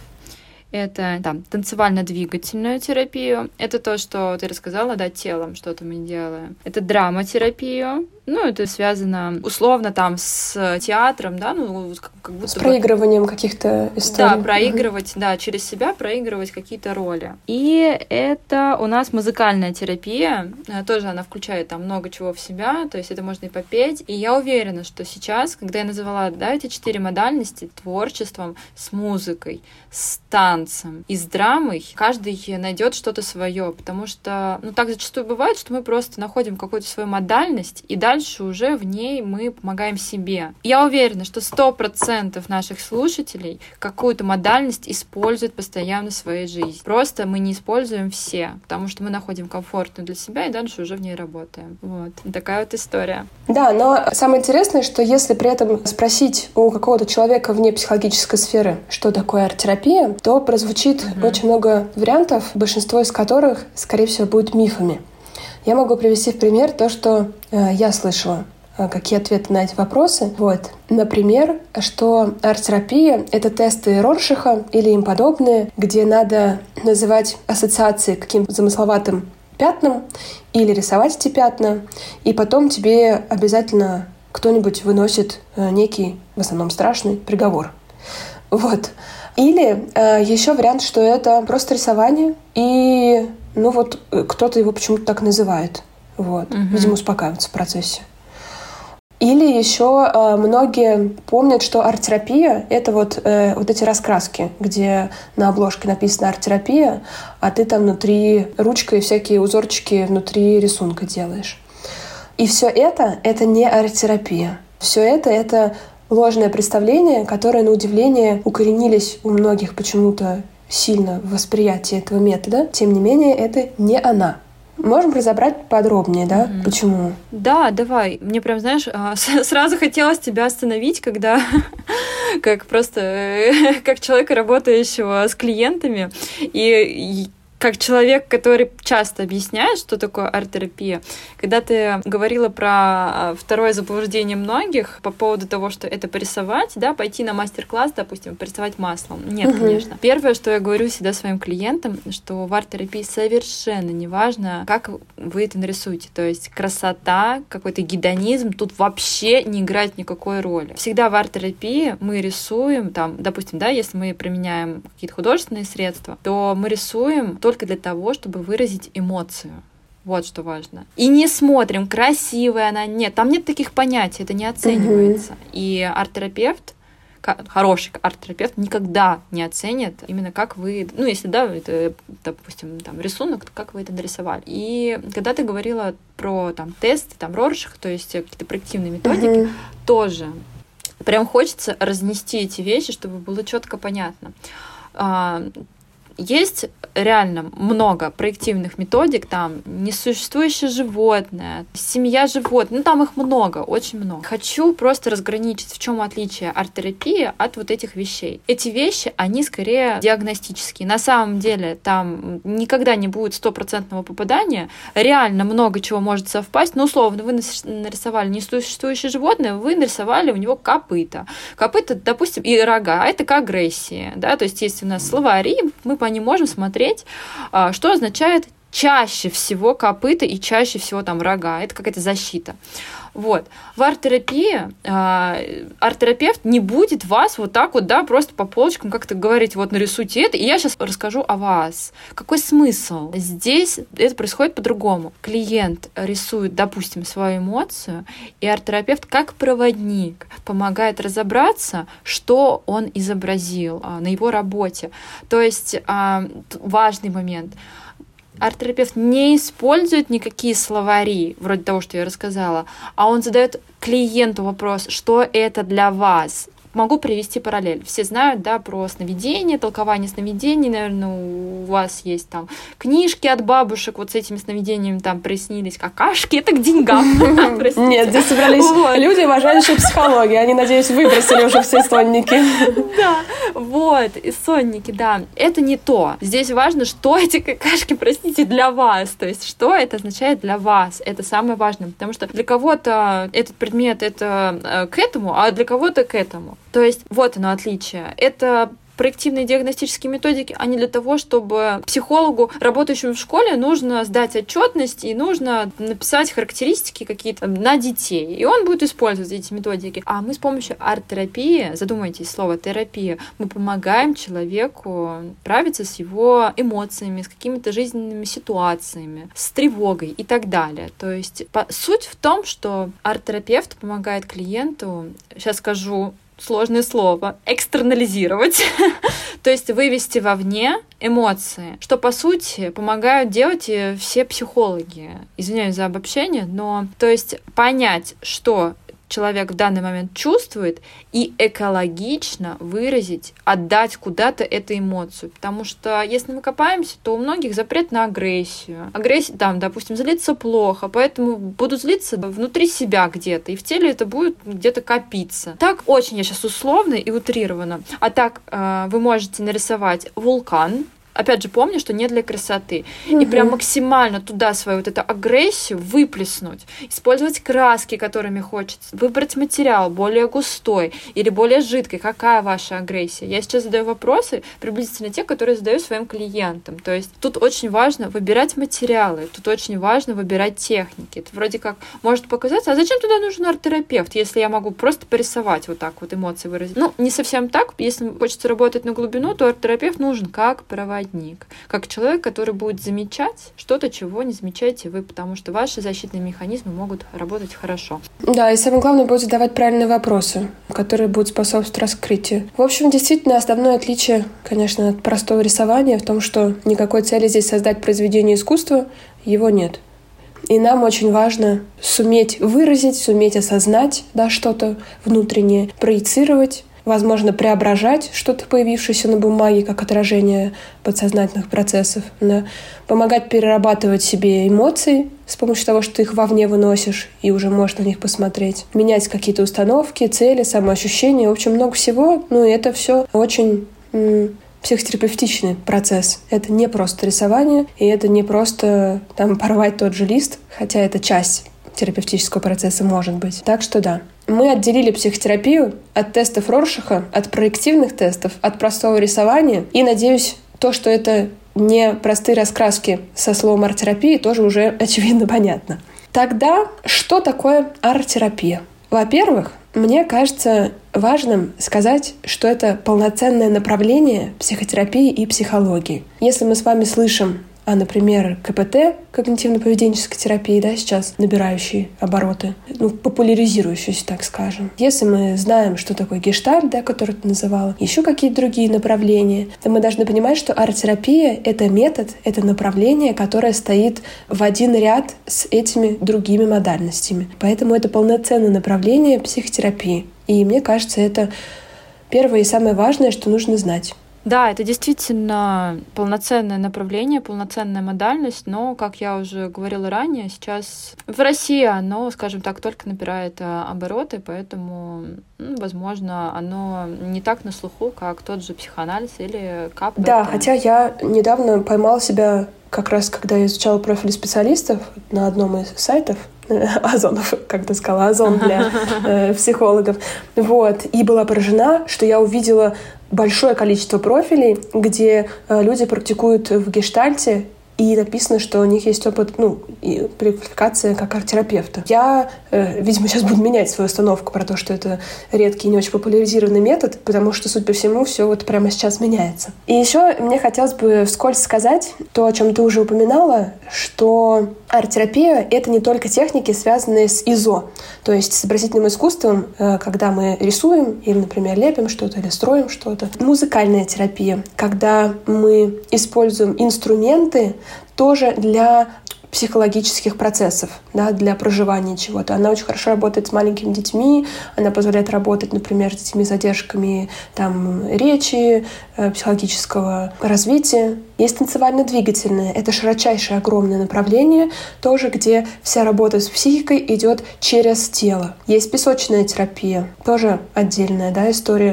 Speaker 2: Это там танцевально-двигательную терапию. Это то, что ты рассказала, да, телом что-то мы делаем. Это драматерапию. Ну, это связано условно там с театром, да, ну, как, как будто
Speaker 1: с проигрыванием бы... каких-то историй.
Speaker 2: Да, проигрывать, mm-hmm. да, через себя проигрывать какие-то роли. И это у нас музыкальная терапия, тоже она включает там много чего в себя, то есть это можно и попеть. И я уверена, что сейчас, когда я называла, да, эти четыре модальности творчеством, с музыкой, с танцем и с драмой, каждый найдет что-то свое, потому что, ну, так зачастую бывает, что мы просто находим какую-то свою модальность, и дальше Дальше уже в ней мы помогаем себе. Я уверена, что сто процентов наших слушателей какую-то модальность используют постоянно в своей жизни. Просто мы не используем все, потому что мы находим комфортную для себя и дальше уже в ней работаем. Вот. Такая вот история.
Speaker 1: Да, но самое интересное, что если при этом спросить у какого-то человека вне психологической сферы, что такое арт-терапия, то прозвучит угу. очень много вариантов, большинство из которых, скорее всего, будут мифами. Я могу привести в пример то, что э, я слышала, э, какие ответы на эти вопросы. Вот. Например, что арт-терапия — это тесты Роршаха или им подобные, где надо называть ассоциации к каким-то замысловатым пятнам или рисовать эти пятна, и потом тебе обязательно кто-нибудь выносит э, некий, в основном страшный, приговор. Вот. Или э, еще вариант, что это просто рисование, и ну вот кто-то его почему-то так называет. Вот. Uh-huh. Видимо, успокаивается в процессе. Или еще э, многие помнят, что арт-терапия — это вот, э, вот эти раскраски, где на обложке написано «арт-терапия», а ты там внутри ручкой всякие узорчики внутри рисунка делаешь. И все это — это не арт-терапия. Все это — это ложное представление, которое, на удивление, укоренились у многих почему-то сильно в восприятии этого метода. Тем не менее, это не она. Можем разобрать подробнее, да? Mm-hmm. Почему?
Speaker 2: Да, давай. Мне прям, знаешь, сразу хотелось тебя остановить, когда как просто как человека, работающего с клиентами, и как человек, который часто объясняет, что такое арт-терапия, когда ты говорила про второе заблуждение многих по поводу того, что это порисовать, да, пойти на мастер-класс, допустим, порисовать маслом. Нет, угу. конечно. Первое, что я говорю всегда своим клиентам, что в арт-терапии совершенно не важно, как вы это нарисуете. То есть красота, какой-то гедонизм тут вообще не играет никакой роли. Всегда в арт-терапии мы рисуем, там, допустим, да, если мы применяем какие-то художественные средства, то мы рисуем только для того, чтобы выразить эмоцию. Вот что важно. И не смотрим, красивая она, нет. Там нет таких понятий, это не оценивается. Uh-huh. И арт-терапевт, хороший арт-терапевт никогда не оценит именно как вы, ну, если, да, это, допустим, там, рисунок, то как вы это нарисовали. И когда ты говорила про там тесты, там, Роршах, то есть какие-то проективные методики, uh-huh. тоже прям хочется разнести эти вещи, чтобы было четко понятно. Есть реально много проективных методик, там несуществующее животное, семья животных, ну там их много, очень много. Хочу просто разграничить, в чем отличие арт-терапии от вот этих вещей. Эти вещи, они скорее диагностические. На самом деле там никогда не будет стопроцентного попадания, реально много чего может совпасть, но условно вы нарисовали несуществующее животное, вы нарисовали у него копыта. Копыта, допустим, и рога, это к агрессии, да, то есть есть у нас словари, мы по не можем смотреть, что означает чаще всего копыта и чаще всего там рога. Это какая-то защита. Вот. В арт-терапии э, арт-терапевт не будет вас вот так вот, да, просто по полочкам как-то говорить, вот нарисуйте это, и я сейчас расскажу о вас. Какой смысл? Здесь это происходит по-другому. Клиент рисует, допустим, свою эмоцию, и арт-терапевт как проводник помогает разобраться, что он изобразил э, на его работе. То есть э, важный момент. Арт-терапевт не использует никакие словари, вроде того, что я рассказала, а он задает клиенту вопрос, что это для вас. Могу привести параллель. Все знают, да, про сновидения, толкование сновидений. Наверное, у вас есть там книжки от бабушек вот с этими сновидениями, там приснились какашки. Это к деньгам.
Speaker 1: Нет, здесь собрались люди, уважающие психологию. Они, надеюсь, выбросили уже все сонники.
Speaker 2: Да, вот, и сонники, да. Это не то. Здесь важно, что эти какашки, простите, для вас. То есть, что это означает для вас. Это самое важное. Потому что для кого-то этот предмет это к этому, а для кого-то к этому. То есть вот оно отличие. Это проективные диагностические методики, они для того, чтобы психологу, работающему в школе, нужно сдать отчетность и нужно написать характеристики какие-то на детей. И он будет использовать эти методики. А мы с помощью арт-терапии, задумайтесь, слово терапия, мы помогаем человеку справиться с его эмоциями, с какими-то жизненными ситуациями, с тревогой и так далее. То есть по, суть в том, что арт-терапевт помогает клиенту, сейчас скажу сложное слово, экстернализировать, то есть вывести вовне эмоции, что, по сути, помогают делать и все психологи. Извиняюсь за обобщение, но, то есть понять, что человек в данный момент чувствует, и экологично выразить, отдать куда-то эту эмоцию. Потому что если мы копаемся, то у многих запрет на агрессию. Агрессия, там, допустим, злиться плохо, поэтому будут злиться внутри себя где-то, и в теле это будет где-то копиться. Так очень я сейчас условно и утрированно. А так э, вы можете нарисовать вулкан. Опять же, помню, что не для красоты. Угу. И прям максимально туда свою вот эту агрессию выплеснуть. Использовать краски, которыми хочется. Выбрать материал более густой или более жидкий. Какая ваша агрессия? Я сейчас задаю вопросы, приблизительно те, которые задаю своим клиентам. То есть тут очень важно выбирать материалы. Тут очень важно выбирать техники. Это вроде как может показаться, а зачем туда нужен арт-терапевт, если я могу просто порисовать вот так вот эмоции выразить? Ну, не совсем так. Если хочется работать на глубину, то арт-терапевт нужен как проводник. Как человек, который будет замечать что-то, чего не замечаете вы, потому что ваши защитные механизмы могут работать хорошо.
Speaker 1: Да, и самое главное будет задавать правильные вопросы, которые будут способствовать раскрытию. В общем, действительно, основное отличие, конечно, от простого рисования в том, что никакой цели здесь создать произведение искусства, его нет. И нам очень важно суметь выразить, суметь осознать, да, что-то внутреннее, проецировать, возможно, преображать что-то, появившееся на бумаге, как отражение подсознательных процессов, да? Помогать перерабатывать себе эмоции с помощью того, что ты их вовне выносишь и уже можешь на них посмотреть, менять какие-то установки, цели, самоощущения, в общем, много всего. Ну и это все очень м- психотерапевтичный процесс. Это не просто рисование, и это не просто там порвать тот же лист, хотя это часть терапевтического процесса может быть. Так что да. Мы отделили психотерапию от тестов Роршаха, от проективных тестов, от простого рисования. И, надеюсь, то, что это не простые раскраски со словом арт-терапии, тоже уже очевидно понятно. Тогда что такое арт-терапия? Во-первых, мне кажется важным сказать, что это полноценное направление психотерапии и психологии. Если мы с вами слышим а, например, ка пэ тэ, когнитивно-поведенческой терапии, да, сейчас набирающие обороты, ну, популяризирующиеся, так скажем. Если мы знаем, что такое гештальт, да, который ты называла, еще какие-то другие направления, то мы должны понимать, что арт-терапия — это метод, это направление, которое стоит в один ряд с этими другими модальностями. Поэтому это полноценное направление психотерапии. И мне кажется, это первое и самое важное, что нужно знать.
Speaker 2: Да, это действительно полноценное направление, полноценная модальность, но, как я уже говорила ранее, сейчас в России оно, скажем так, только набирает обороты, поэтому, ну, возможно, оно не так на слуху, как тот же психоанализ или ка пэ тэ.
Speaker 1: Да, хотя я недавно поймала себя как раз, когда я изучала профили специалистов на одном из сайтов, Озонов, как ты сказала, Озон для э, психологов. Вот. И была поражена, что я увидела большое количество профилей, где э, люди практикуют в гештальте и написано, что у них есть опыт, ну, и квалификация как арт-терапевта. Я, э, видимо, сейчас буду менять свою установку про то, что это редкий и не очень популяризированный метод, потому что, судя по всему, все вот прямо сейчас меняется. И еще мне хотелось бы вскользь сказать то, о чем ты уже упоминала, что арт-терапия — это не только техники, связанные с ИЗО, то есть с изобразительным искусством, э, когда мы рисуем или, например, лепим что-то или строим что-то. Музыкальная терапия, когда мы используем инструменты тоже для психологических процессов, да, для проживания чего-то. Она очень хорошо работает с маленькими детьми, она позволяет работать, например, с детьми с задержками там, речи, э, психологического развития. Есть танцевально-двигательное. Это широчайшее, огромное направление, тоже где вся работа с психикой идет через тело. Есть песочная терапия, тоже отдельная, да, история,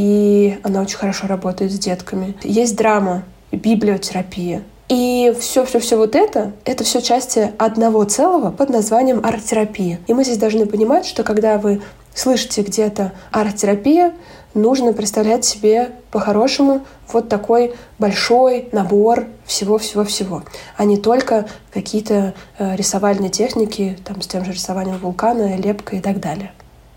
Speaker 1: и она очень хорошо работает с детками. Есть драма, библиотерапия. И все-все-все вот это, это все части одного целого под названием арт-терапия. И мы здесь должны понимать, что когда вы слышите где-то арт-терапия, нужно представлять себе по-хорошему вот такой большой набор всего-всего-всего, а не только какие-то э, рисовальные техники, там, с тем же рисованием вулкана, лепкой и так далее.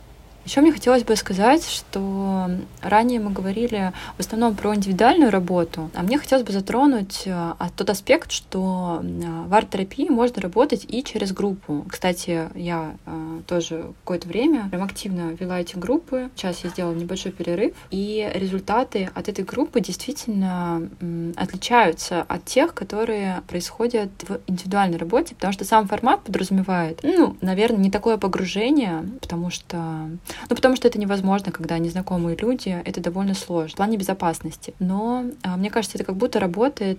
Speaker 2: Еще мне хотелось бы сказать, что ранее мы говорили в основном про индивидуальную работу, а мне хотелось бы затронуть тот аспект, что в арт-терапии можно работать и через группу. Кстати, я тоже какое-то время прям активно вела эти группы. Сейчас я сделала небольшой перерыв, и результаты от этой группы действительно отличаются от тех, которые происходят в индивидуальной работе, потому что сам формат подразумевает, ну, наверное, не такое погружение, потому что Ну, потому что это невозможно, когда незнакомые люди, это довольно сложно в плане безопасности. Но а, мне кажется, это как будто работает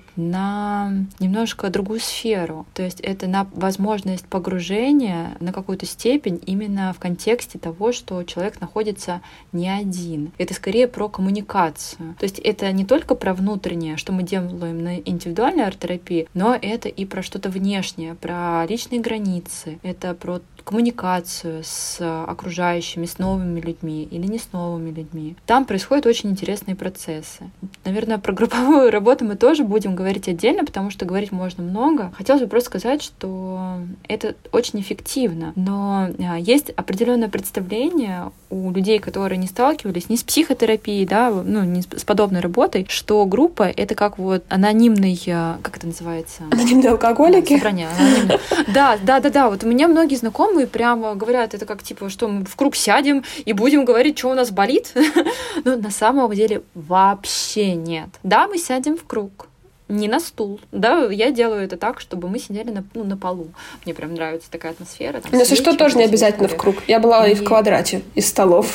Speaker 2: на немножко другую сферу. То есть это на возможность погружения на какую-то степень именно в контексте того, что человек находится не один. Это скорее про коммуникацию. То есть это не только про внутреннее, что мы делаем на индивидуальной арт-терапии, но это и про что-то внешнее, про личные границы. Это про коммуникацию с окружающими, с новыми людьми или не с новыми людьми. Там происходят очень интересные процессы. Наверное, про групповую работу мы тоже будем говорить отдельно, потому что говорить можно много. Хотелось бы просто сказать, что это очень эффективно, но есть определенное представление у людей, которые не сталкивались ни с психотерапией, да, ну, не с подобной работой, что группа — это как вот анонимный, как это называется?
Speaker 1: Анонимные алкоголики?
Speaker 2: Собрание. Анонимные. Да, да, да, да. Вот у меня многие знакомые прямо говорят, это как типа, что мы в круг сядем и будем говорить, что у нас болит. Но на самом деле вообще нет. Да, мы сядем в круг. Не на стул. Да, я делаю это так, чтобы мы сидели на, ну, на полу. Мне прям нравится такая атмосфера. Там,
Speaker 1: но если что, тоже не обязательно в круг. Я была и, и в квадрате из столов.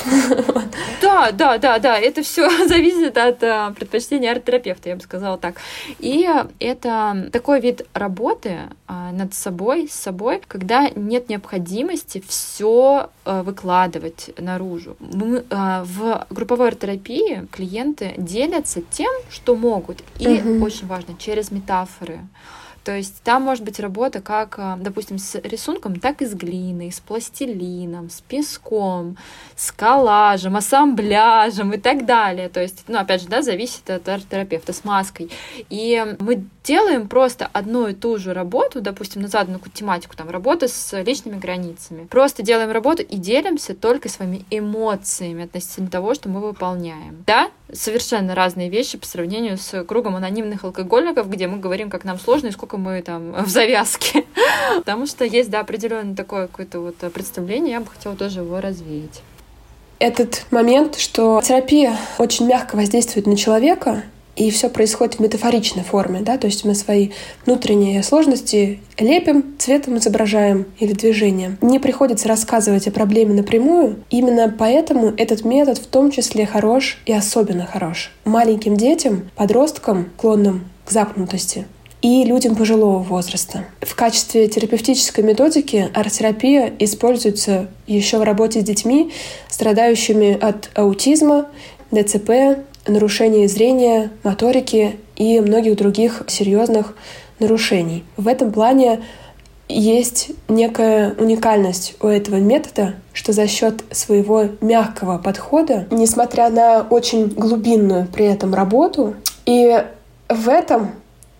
Speaker 2: Да, да, да, да. Это все зависит от а, предпочтения арт-терапевта, я бы сказала так. И это такой вид работы а, над собой, с собой, когда нет необходимости все а, выкладывать наружу. Мы, а, в групповой арт-терапии клиенты делятся тем, что могут. И угу. очень важно через метафоры. То есть там может быть работа как, допустим, с рисунком, так и с глиной, с пластилином, с песком, с коллажем, ассамбляжем и так далее. То есть, ну, опять же, да, зависит от арт-терапевта, с маской. И мы делаем просто одну и ту же работу, допустим, на заданную тематику, там, работа с личными границами. Просто делаем работу и делимся только своими эмоциями относительно того, что мы выполняем. Да, совершенно разные вещи по сравнению с кругом анонимных алкоголиков, где мы говорим, как нам сложно и сколько мы там в завязке. Потому что есть, да, определенное такое какое-то вот представление, я бы хотела тоже его развеять.
Speaker 1: Этот момент, что терапия очень мягко воздействует на человека, и все происходит в метафоричной форме, да, то есть мы свои внутренние сложности лепим, цветом изображаем или движением. Не приходится рассказывать о проблеме напрямую, именно поэтому этот метод в том числе хорош и особенно хорош маленьким детям, подросткам, склонным к замкнутости, и людям пожилого возраста. В качестве терапевтической методики арт-терапия используется еще в работе с детьми, страдающими от аутизма, дэ цэ пэ, нарушений зрения, моторики и многих других серьезных нарушений. В этом плане есть некая уникальность у этого метода, что за счет своего мягкого подхода, несмотря на очень глубинную при этом работу, и в этом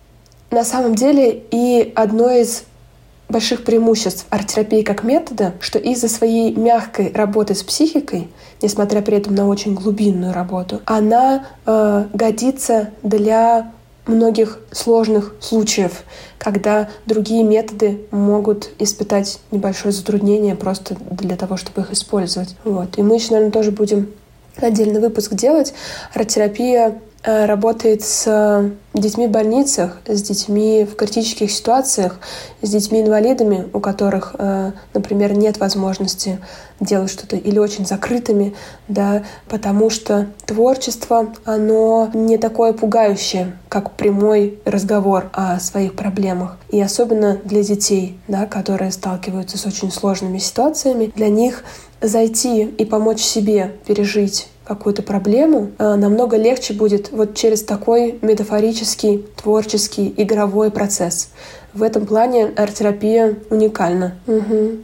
Speaker 1: на самом деле и одно из больших преимуществ арт-терапии как метода, что из-за своей мягкой работы с психикой, несмотря при этом на очень глубинную работу, она э, годится для многих сложных случаев, когда другие методы могут испытать небольшое затруднение просто для того, чтобы их использовать. Вот. И мы еще, наверное, тоже будем отдельный выпуск делать. Арт-терапия работает с детьми в больницах, с детьми в критических ситуациях, с детьми-инвалидами, у которых, например, нет возможности делать что-то, или очень закрытыми, да, потому что творчество, оно не такое пугающее, как прямой разговор о своих проблемах. И особенно для детей, да, которые сталкиваются с очень сложными ситуациями, для них зайти и помочь себе пережить какую-то проблему, намного легче будет вот через такой метафорический, творческий, игровой процесс. В этом плане арт-терапия уникальна. Угу.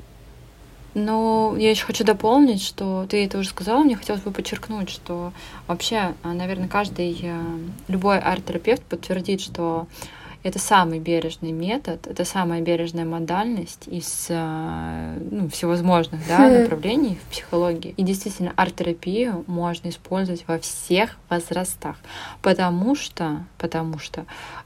Speaker 2: Ну, я еще хочу дополнить, что ты это уже сказала, мне хотелось бы подчеркнуть, что вообще, наверное, каждый, любой арт-терапевт подтвердит, что это самый бережный метод, это самая бережная модальность из ну, всевозможных, да, направлений в психологии. И действительно, арт-терапию можно использовать во всех возрастах, потому что, потому что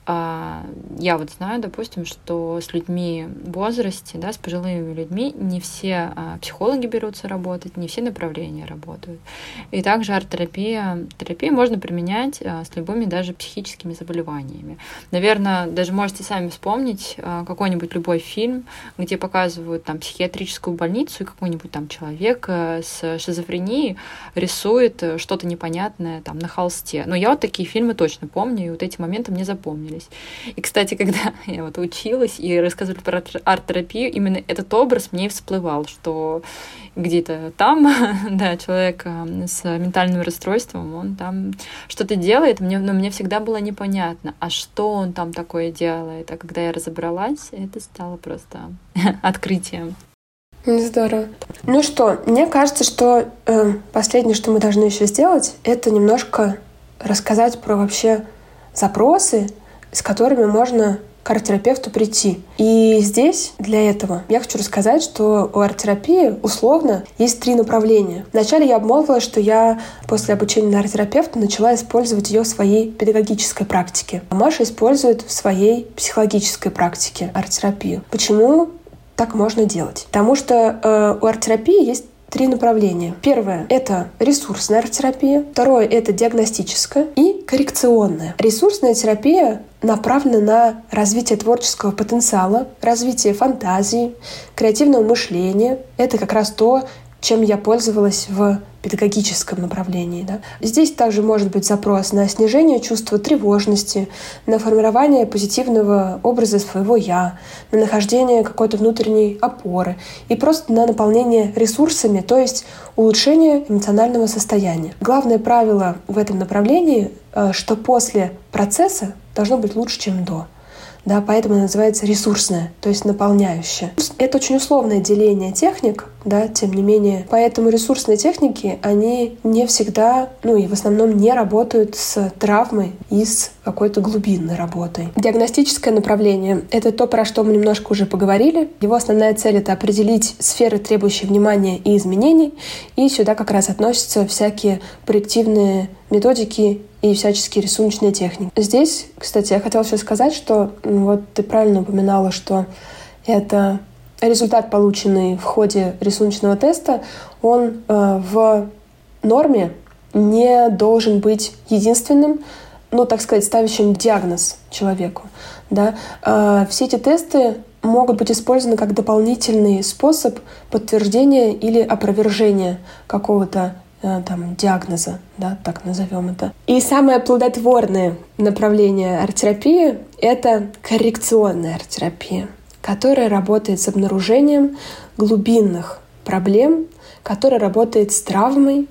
Speaker 2: э, я вот знаю, допустим, что с людьми в возрасте, да, с пожилыми людьми не все э, психологи берутся работать, не все направления работают. И также арт-терапия, терапию можно применять э, с любыми даже психическими заболеваниями. Наверное, даже можете сами вспомнить какой-нибудь любой фильм, где показывают там психиатрическую больницу, и какой-нибудь там человек с шизофренией рисует что-то непонятное там на холсте. Но я вот такие фильмы точно помню, и вот эти моменты мне запомнились. И, кстати, когда я вот училась и рассказывали про арт-терапию, именно этот образ мне и всплывал, что где-то там, да, человек с ментальным расстройством, он там что-то делает, мне, но мне всегда было непонятно, а что он там такое делает. А когда я разобралась, это стало просто открытием.
Speaker 1: Здорово. Ну что, мне кажется, что э, последнее, что мы должны еще сделать, это немножко рассказать про вообще запросы, с которыми можно к арт-терапевту прийти. И здесь для этого я хочу рассказать, что у арт-терапии условно есть три направления. Вначале я обмолвилась, что я после обучения на арт-терапевта начала использовать ее в своей педагогической практике. А Маша использует в своей психологической практике арт-терапию. Почему так можно делать? Потому что э, у арт-терапии есть три направления. Первое — это ресурсная арт-терапия. Второе — это диагностическая и коррекционная. Ресурсная терапия направлена на развитие творческого потенциала, развитие фантазии, креативного мышления. Это как раз то, чем я пользовалась в педагогическом направлении. Да. Здесь также может быть запрос на снижение чувства тревожности, на формирование позитивного образа своего «я», на нахождение какой-то внутренней опоры и просто на наполнение ресурсами, то есть улучшение эмоционального состояния. Главное правило в этом направлении, что после процесса должно быть лучше, чем до. Да, поэтому она называется ресурсная, то есть наполняющая. Это очень условное деление техник, да, тем не менее. Поэтому ресурсные техники, они не всегда, ну и в основном не работают с травмой и с какой-то глубинной работой. Диагностическое направление — это то, про что мы немножко уже поговорили. Его основная цель — это определить сферы, требующие внимания и изменений. И сюда как раз относятся всякие проективные методики и всяческие рисуночные техники. Здесь, кстати, я хотела еще сказать, что вот ты правильно упоминала, что это результат, полученный в ходе рисуночного теста, он э, в норме не должен быть единственным, ну, так сказать, ставящим диагноз человеку. Да? Э, все эти тесты могут быть использованы как дополнительный способ подтверждения или опровержения какого-то там, диагноза, да, так назовем это. И самое плодотворное направление арт-терапии — это коррекционная арт-терапия, которая работает с обнаружением глубинных проблем, которая работает с травмой.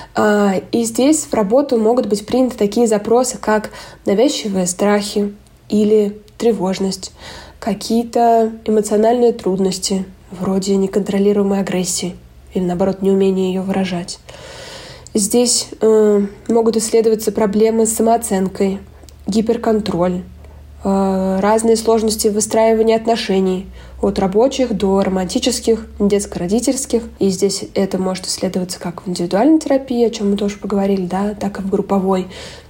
Speaker 1: И здесь в работу могут быть приняты такие запросы, как навязчивые страхи или тревожность, какие-то эмоциональные трудности, вроде неконтролируемой агрессии или, наоборот, неумение ее выражать. Здесь э, могут исследоваться проблемы с самооценкой, гиперконтроль, разные сложности в выстраивании отношений, от рабочих до романтических, детско-родительских. И здесь это может исследоваться как в индивидуальной терапии, о чем мы тоже поговорили, да, так и в групповой.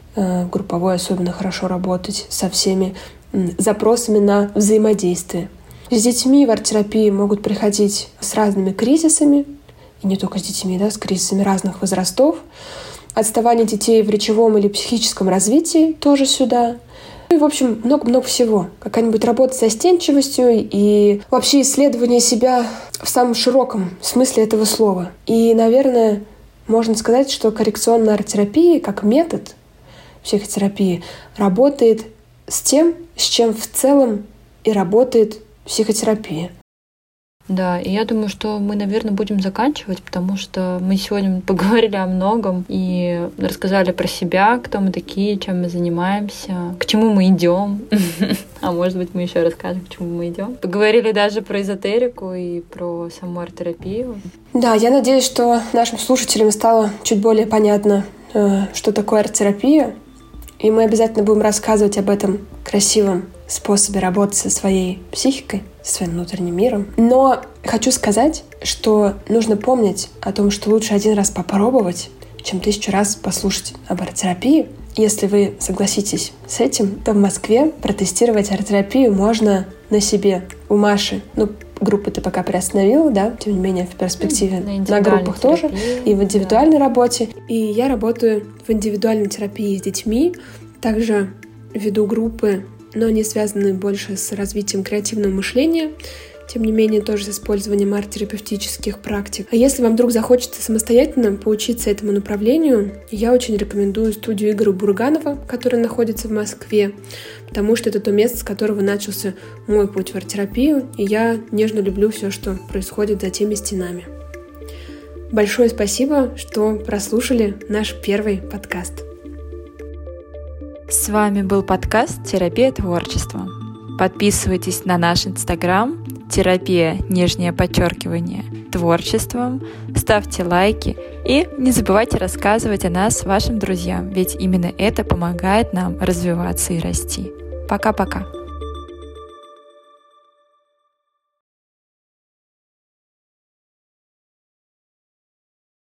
Speaker 1: В групповой особенно хорошо работать со всеми запросами на взаимодействие. С детьми в арт-терапии могут приходить с разными кризисами, и не только с детьми, да, с кризисами разных возрастов. Отставание детей в речевом или психическом развитии тоже сюда. И, в общем, много-много всего. Какая-нибудь работа с застенчивостью и вообще исследование себя в самом широком смысле этого слова. И, наверное, можно сказать, что коррекционная арт-терапия как метод психотерапии работает с тем, с чем в целом и работает психотерапия.
Speaker 2: Да, и я думаю, что мы, наверное, будем заканчивать, потому что мы сегодня поговорили о многом и рассказали про себя, кто мы такие, чем мы занимаемся, к чему мы идем. А может быть, мы еще расскажем, к чему мы идем. Поговорили даже про эзотерику и про саму арт-терапию.
Speaker 1: Да, я надеюсь, что нашим слушателям стало чуть более понятно, что такое арт-терапия. И мы обязательно будем рассказывать об этом красивом способе работы со своей психикой, со своим внутренним миром. Но хочу сказать, что нужно помнить о том, что лучше один раз попробовать, чем тысячу раз послушать об арт-терапии. Если вы согласитесь с этим, то в Москве протестировать арт-терапию можно на себе. У Маши, ну, группы ты пока приостановила, да, тем не менее, в перспективе на, на группах терапии, тоже, и в индивидуальной да. работе. И я работаю в индивидуальной терапии с детьми, также веду группы, но они связаны больше с развитием креативного мышления, тем не менее, тоже с использованием арт-терапевтических практик. А если вам вдруг захочется самостоятельно поучиться этому направлению, я очень рекомендую студию Игоря Бурганова, которая находится в Москве, потому что это то место, с которого начался мой путь в арт-терапию, и я нежно люблю все, что происходит за теми стенами. Большое спасибо, что прослушали наш первый подкаст.
Speaker 2: С вами был подкаст «Терапия творчества». Подписывайтесь на наш инстаграм терапия, нижнее подчеркивание, творчеством, ставьте лайки и не забывайте рассказывать о нас вашим друзьям, ведь именно это помогает нам развиваться и расти. Пока-пока!